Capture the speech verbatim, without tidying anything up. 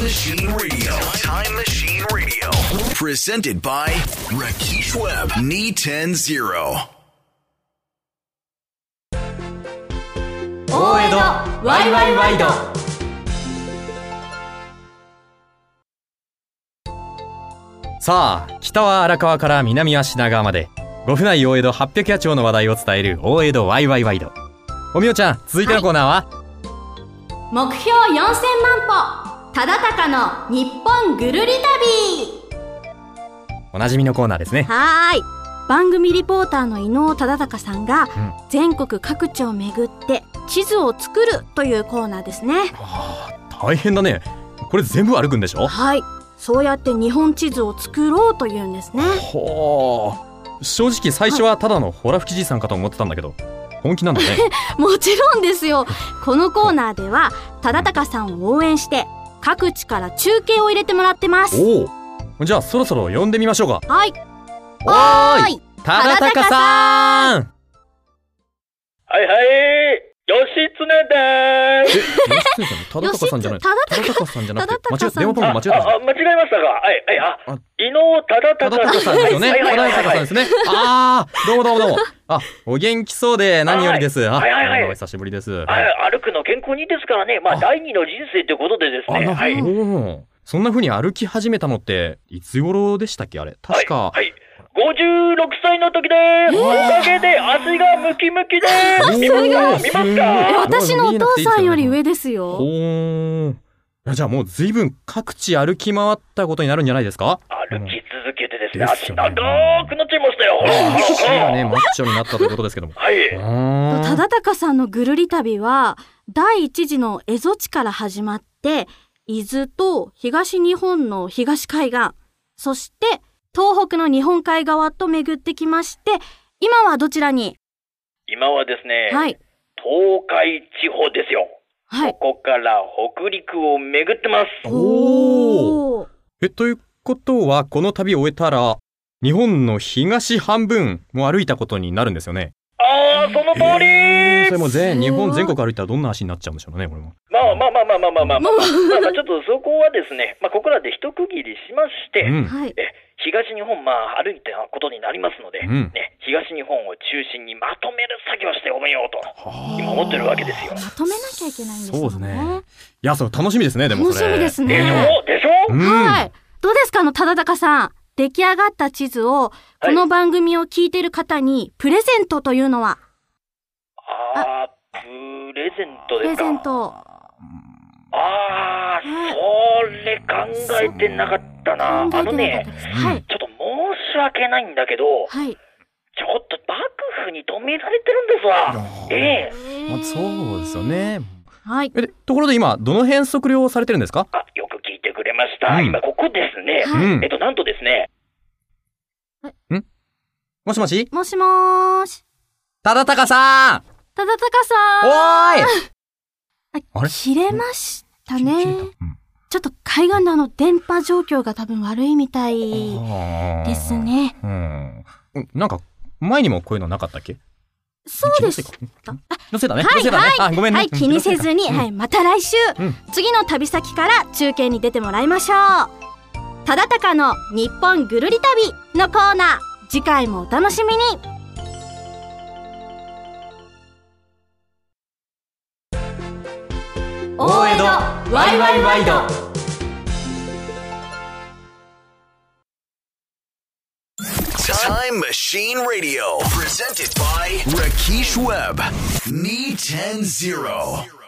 Machine Radio. Time Machine Radio. Presented by Rakesh Webb. にてんゼロ。 大江戸ワイワイワイド。さあ、北は荒川から南は品川までご府内大江戸はっぴゃくや町の話題を伝える大江戸ワイワイワイド。おみおちゃん、続いてのコーナーは、はい、 目標よんせんまん歩、忠敬の日本ぐるり旅。 おなじみのコーナーですね。 はーい、番組リポーターの伊能忠敬さんが、うん、全国各地を巡って地図を作るというコーナーですね。 はあ、大変だね。これ全部歩くんでしょ？ はい、そうやって日本地図を作ろうというんですね。 ほー、正直最初はただのホラ吹きじいさんかと思ってたんだけど、本気なんだね。 もちろんですよ。このコーナーでは忠敬さんを応援して各地から中継を入れてもらってます。 おお、じゃあそろそろ呼んでみましょうか。 はい。 おーい、忠敬さん。 はいはい、義経でーす。 え、義経さん、忠敬さんじゃない。忠敬さんじゃなくて、間違えた、電話番号間違えた。 あ、間違えましたか。はい、はい、あ、伊能忠敬さんですよね。忠敬さんですね。あー、どうもどうもどうも。あ、お元気そうで何よりです。 はいはいはい。 お久しぶりです。 歩くの健康にいいですからね。まあ、第二の人生ということでですね。 はい。そんな風に歩き始めたのって、いつ頃でしたっけ、あれ。確か。 はい。ごじゅうろくさいの時でーす。おかげで足がムキムキでーす。見ますか？見ますか？ 私のお父さんより上ですよ。 ほー。じゃあもう随分各地歩き回ったことになるんじゃないですか？ 歩き続けてですね、足長くなっちゃいましたよ。 足がね、マッチョになったということですけども。 はい。 忠敬さんのぐるり旅は、第一次の蝦夷地から始まって、伊豆と東日本の東海岸、そして東北の日本海側と巡ってきまして、今はどちらに？ 今はですね、 はい、 東海地方ですよ。はい、ここから北陸を巡ってます。 おー。え、ということは、この旅を終えたら、日本の東半分も歩いたことになるんですよね。 あー、その通りー。 それも全、日本全国歩いたらどんな足になっちゃうんでしょうね、これも。 まあまあまあまあまあまあまあまあ、まあちょっとそこはですね、まあここらで一区切りしまして、うん、え東日本、まあ歩いたことになりますので、うん、ね、東日本を中心にまとめる作業をしておめようと、今思ってるわけですよ。 まとめなきゃいけないんですよね。 そうですね。いや、そう、楽しみですね、でもそれ。 楽しみですね。 でしょでしょ、うん、 はい。どうですか、あの、忠敬さん。出来上がった地図を、この番組を聞いている方にプレゼントというのは？ ああ、プレゼントですか。 プレゼント。 ああ、それ考えてなかったな。あのね、はい、ちょっと申し訳ないんだけど、はい、ちょっと幕府に止められてるんですわ。ええー。そうですよね。 はい。 え、ところで今、どの辺測量されてるんですか？ あ、よく聞いてくれました。うん、今ここですね。はい、えっと、なんとですね。 ん？もしもし？ もしもーし。 忠敬さん！ 忠敬さん！ おーい！ あれ切れましたね。うん、ちょっと海岸のあの電波状況が多分悪いみたいですね。 うん。なんか前にもこういうのなかったっけ？ そうです。 のせたね。 はい、 ね、 はい、 あ、ごめんね。 はい、気にせずに、うん、はい、また来週、うん、次の旅先から中継に出てもらいましょう。忠敬の日本ぐるり旅のコーナー、次回もお楽しみに。 大江戸ワイワイワイド。 Time Machine Radio presented by Rakesh Webb. にてんゼロ